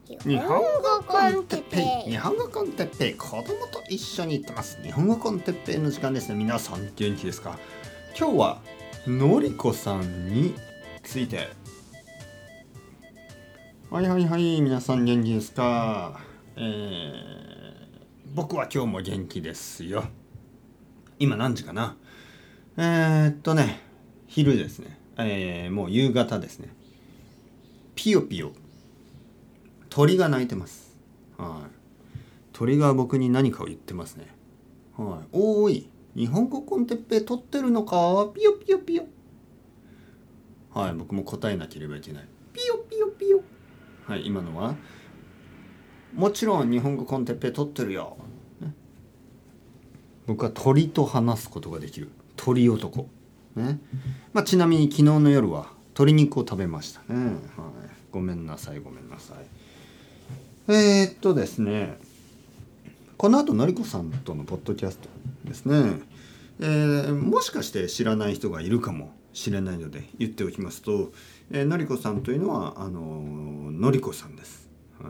日本語コンテッペイ、日本語コンテッペイ、子供と一緒に行ってます。日本語コンテッペイの時間ですね。皆さん元気ですか？今日はのりこさんについて。はい皆さん元気ですか？僕は今日も元気ですよ。今何時かな？昼ですね。もう夕方ですね。ピヨピヨ鳥が鳴いてます。はい。鳥が僕に何かを言ってますね。はい。おーい、日本語コンテッペイ撮ってるのか？ピヨピヨピヨ。はい。僕も答えなければいけない。ピヨピヨピヨ。はい。今のはもちろん日本語コンテッペイ撮ってるよ。僕は鳥と話すことができる鳥男。ね。ちなみに昨日の夜は鶏肉を食べましたね。はい。ごめんなさい。ですね。この後のりこさんとのポッドキャストですね。もしかして知らない人がいるかもしれないので言っておきますと、のりこさんというのはのりこさんです。はい。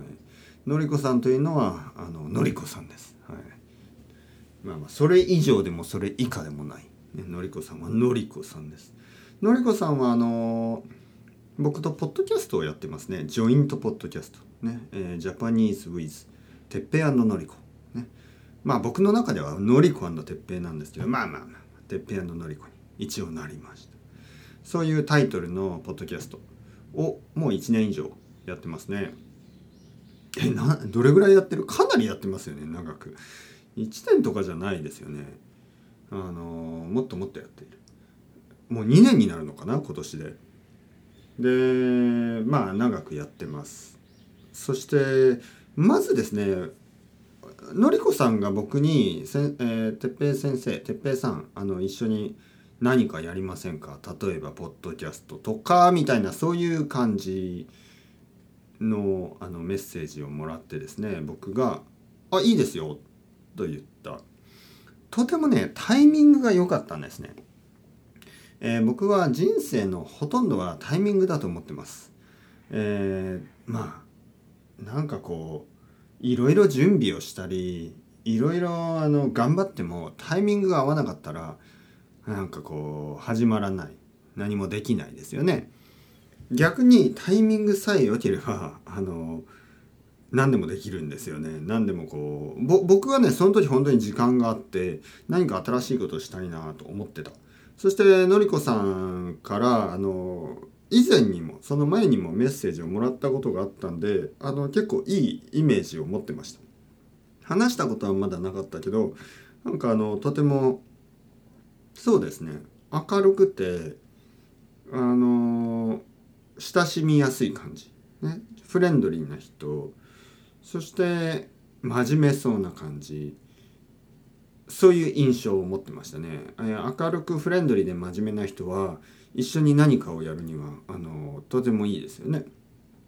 のりこさんというのはのりこさんです。はい。それ以上でもそれ以下でもない。のりこさんはのりこさんです。のりこさんは僕とポッドキャストをやってますね。ジョイントポッドキャストね。ジャパニーズウィズてっぺい&のりこね。僕の中ではのりこ&てっぺいなんですけど、てっぺい&のりこに一応なりました。そういうタイトルのポッドキャストをもう1年以上やってますね。どれぐらいやってる？かなりやってますよね。長く1年とかじゃないですよね。もっともっとやっている。もう2年になるのかな、今年で。長くやってます。そしてまずですね、のりこさんが僕にてっぺい先生、てっぺいさん一緒に何かやりませんか？例えばポッドキャストとかみたいな、そういう感じのメッセージをもらってですね、僕がいいですよと言った。とてもね、タイミングが良かったんですね。僕は人生のほとんどはタイミングだと思ってます。なんかこういろいろ準備をしたり、いろいろ頑張ってもタイミングが合わなかったらなんかこう始まらない、何もできないですよね。逆にタイミングさえ良ければ何でもできるんですよね。何でもこう僕はね、その時本当に時間があって何か新しいことをしたいなと思ってた。そしてのりこさんから以前にもその前にもメッセージをもらったことがあったんで、結構いいイメージを持ってました。話したことはまだなかったけど、なんかとてもそうですね、明るくて親しみやすい感じ、ね、フレンドリーな人、そして真面目そうな感じ、そういう印象を持ってましたね。明るくフレンドリーで真面目な人は一緒に何かをやるにはとてもいいですよね。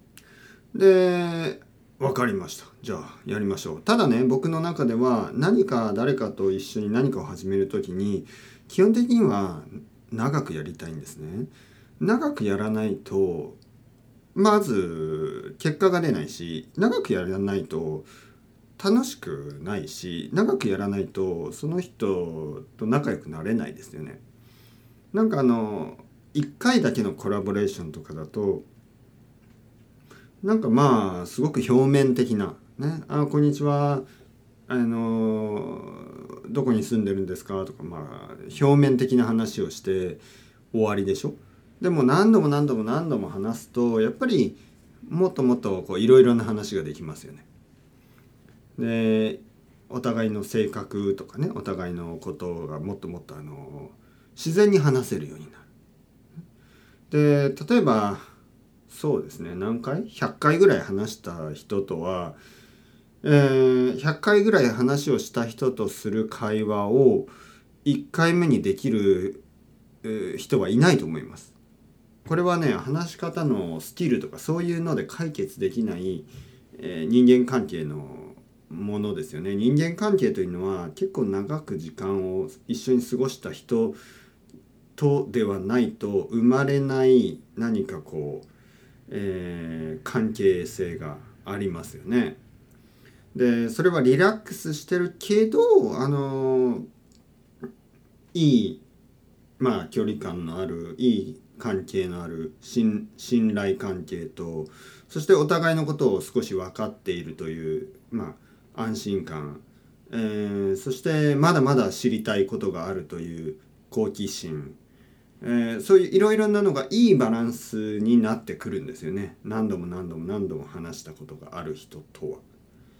で、分かりました。じゃあやりましょう。ただね、僕の中では何か誰かと一緒に何かを始めるときに基本的には長くやりたいんですね。長くやらないとまず結果が出ないし、長くやらないと楽しくないし、長くやらないとその人と仲良くなれないですよね。なんか1回だけのコラボレーションとかだとなんかすごく表面的なね、こんにちは、どこに住んでるんですかとか、表面的な話をして終わりでしょ。でも何度も話すとやっぱりもっともっとこういろいろな話ができますよね。で、お互いの性格とかね、お互いのことがもっともっと自然に話せるようになる。で、例えばそうですね、何回 ?100 回ぐらい話した人とは、100回ぐらい話をした人とする会話を1回目にできる人はいないと思います。これはね、話し方のスキルとかそういうので解決できない、人間関係のものですよね。人間関係というのは結構長く時間を一緒に過ごした人とではないと生まれない何かこう、関係性がありますよね。でそれはリラックスしてるけどいい距離感のあるいい関係のある信頼関係と、そしてお互いのことを少し分かっているという安心感、そしてまだまだ知りたいことがあるという好奇心、そういういろいろなのがいいバランスになってくるんですよね。何度も話したことがある人とは。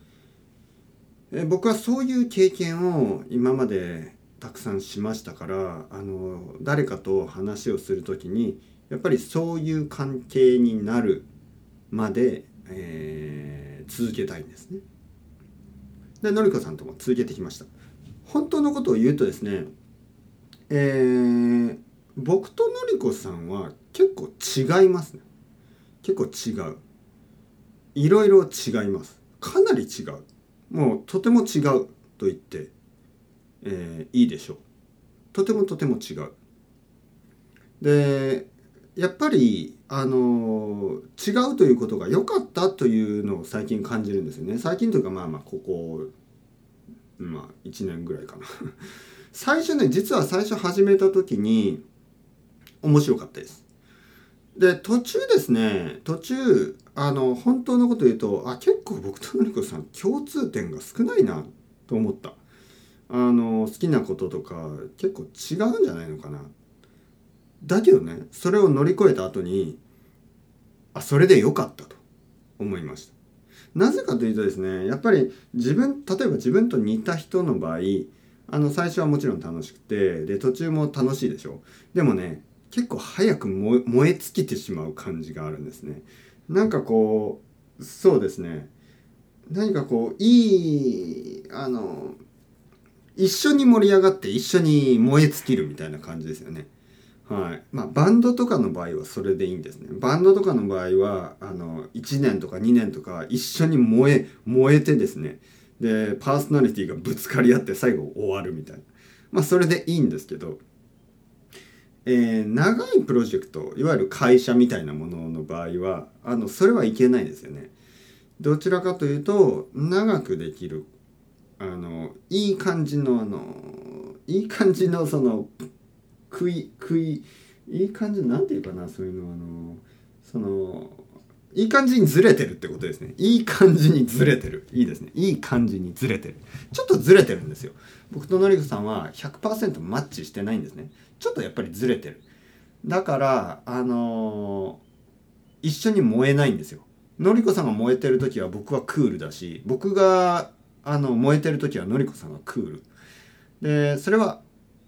僕はそういう経験を今までたくさんしましたから、誰かと話をするときにやっぱりそういう関係になるまで、続けたいんですね。でのりこさんとも続けてきました。本当のことを言うとですね、僕とのりこさんは結構違いますね。結構違う。いろいろ違います。かなり違う。もうとても違うと言って、いいでしょう。とても違う。でやっぱり違うということが良かったというのを最近感じるんですよね。最近というかここ1年ぐらいかな最初ね、実は最初始めた時に面白かったです。で途中ですね、本当のこと言うと結構僕とのりこさん共通点が少ないなと思った。好きなこととか結構違うんじゃないのかな。だけどね、それを乗り越えた後にそれで良かったと思いました。なぜかというとですね、やっぱり例えば自分と似た人の場合、最初はもちろん楽しくて、で途中も楽しいでしょ。でもね、結構早く燃え尽きてしまう感じがあるんですね。そうですね、何か一緒に盛り上がって一緒に燃え尽きるみたいな感じですよね。はい。バンドとかの場合はそれでいいんですね。バンドとかの場合は1年とか2年とか一緒に燃えてですね、でパーソナリティがぶつかり合って最後終わるみたいな、それでいいんですけど、長いプロジェクト、いわゆる会社みたいなものの場合はそれはいけないですよね。どちらかというと長くできるいい感じのそのいい感じなんていうかな、そういうのいい感じにずれてるってことですね。いい感じにずれてる。いいですね。いい感じにずれてる。ちょっとずれてるんですよ。僕とのりこさんは 100% マッチしてないんですね。ちょっとやっぱりずれてる。だから一緒に燃えないんですよ。のりこさんが燃えてる時は僕はクールだし、僕が燃えてる時はのりこさんがクールで、それは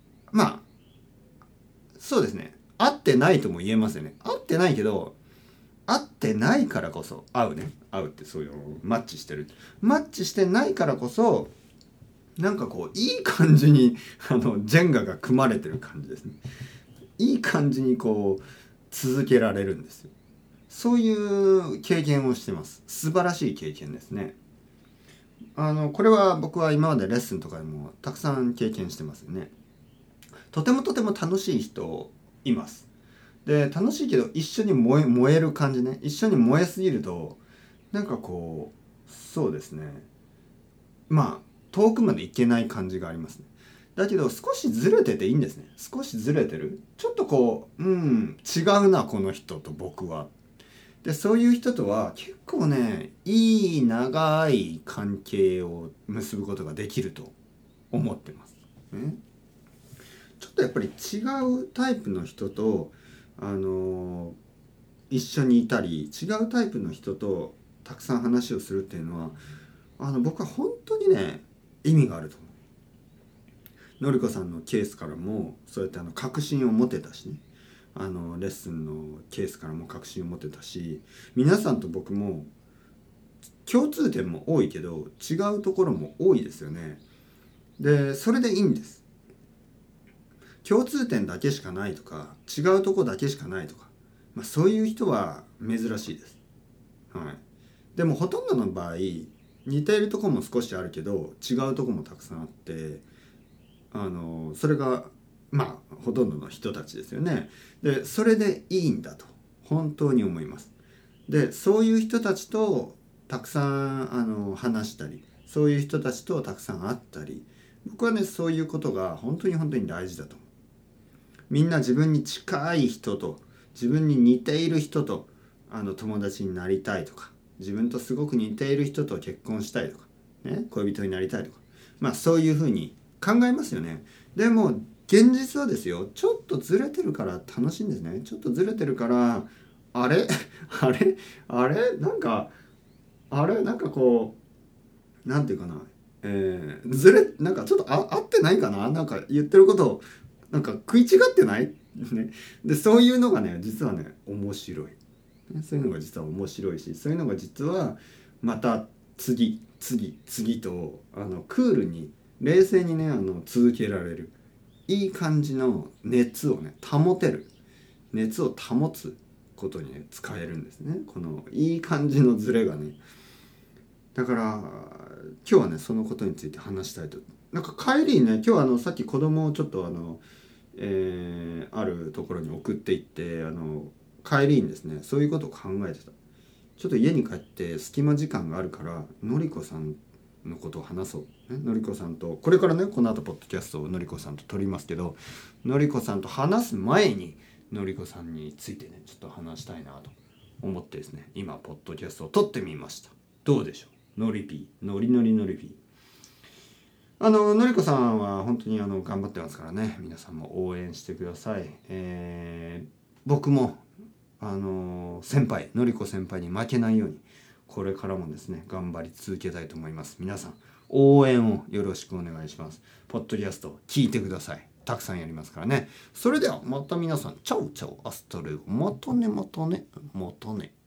そうですね、合ってないとも言えますよね。合ってないけど、合ってないからこそ合うって、そういうマッチしてる、マッチしてないからこそいい感じにジェンガが組まれてる感じですね。いい感じに続けられるんですよ。そういう経験をしてます。素晴らしい経験ですね。これは僕は今までレッスンとかでもたくさん経験してますよね。とても楽しい人います。で楽しいけど一緒に燃える感じね。一緒に燃えすぎるとそうですね、遠くまで行けない感じがありますね。だけど少しずれてていいんですね。少しずれてる、ちょっと違うなこの人と僕は。でそういう人とは結構ね、いい長い関係を結ぶことができると思ってます、ね。ちょっとやっぱり違うタイプの人と一緒にいたり、違うタイプの人とたくさん話をするっていうのは僕は本当にね、意味があると思う。のりこさんのケースからもそうやって確信を持てたしね、レッスンのケースからも確信を持てたし、皆さんと僕も共通点も多いけど違うところも多いですよね。でそれでいいんです。共通点だけしかないとか違うとこだけしかないとか、そういう人は珍しいです。はい。でもほとんどの場合似ているとこも少しあるけど違うとこもたくさんあって、それがほとんどの人たちですよね。でそれでいいんだと本当に思います。でそういう人たちとたくさん話したり、そういう人たちとたくさん会ったり、僕はねそういうことが本当に本当に大事だと思う。みんな自分に近い人と、自分に似ている人と友達になりたいとか、自分とすごく似ている人と結婚したいとか、ね、恋人になりたいとか、そういうふうに考えますよね。でも現実はですよ、ちょっとずれてるから楽しいんですね。ちょっとずれてるからあれあれなんかこうなんていうかな、ずれなんかちょっと合ってないかな、なんか言ってることなんか食い違ってないね。でそういうのがね実はね面白い。そういうのが実は面白いし、そういうのが実はまた次とクールに冷静にね続けられる、いい感じの熱をね保つことにね使えるんですね。このいい感じのズレがね。だから今日はねそのことについて話したいと。なんか帰りにね、今日さっき子供をちょっとあるところに送っていって帰りにですねそういうことを考えてた。ちょっと家に帰って隙間時間があるからのりこさんのことを話そう、ね、のりこさんとこれからねこの後ポッドキャストをのりこさんと撮りますけど、のりこさんと話す前にのりこさんについてねちょっと話したいなと思ってですね、今ポッドキャストを撮ってみました。どうでしょう、のりぴー、のりのりのりぴー。のりこさんは本当に頑張ってますからね、皆さんも応援してください。僕も先輩のりこ先輩に負けないようにこれからもですね頑張り続けたいと思います。皆さん応援をよろしくお願いします。ポッドキャスト聞いてください。たくさんやりますからね。それではまた皆さんチャオチャオアストレゴ、またねまたねまたね。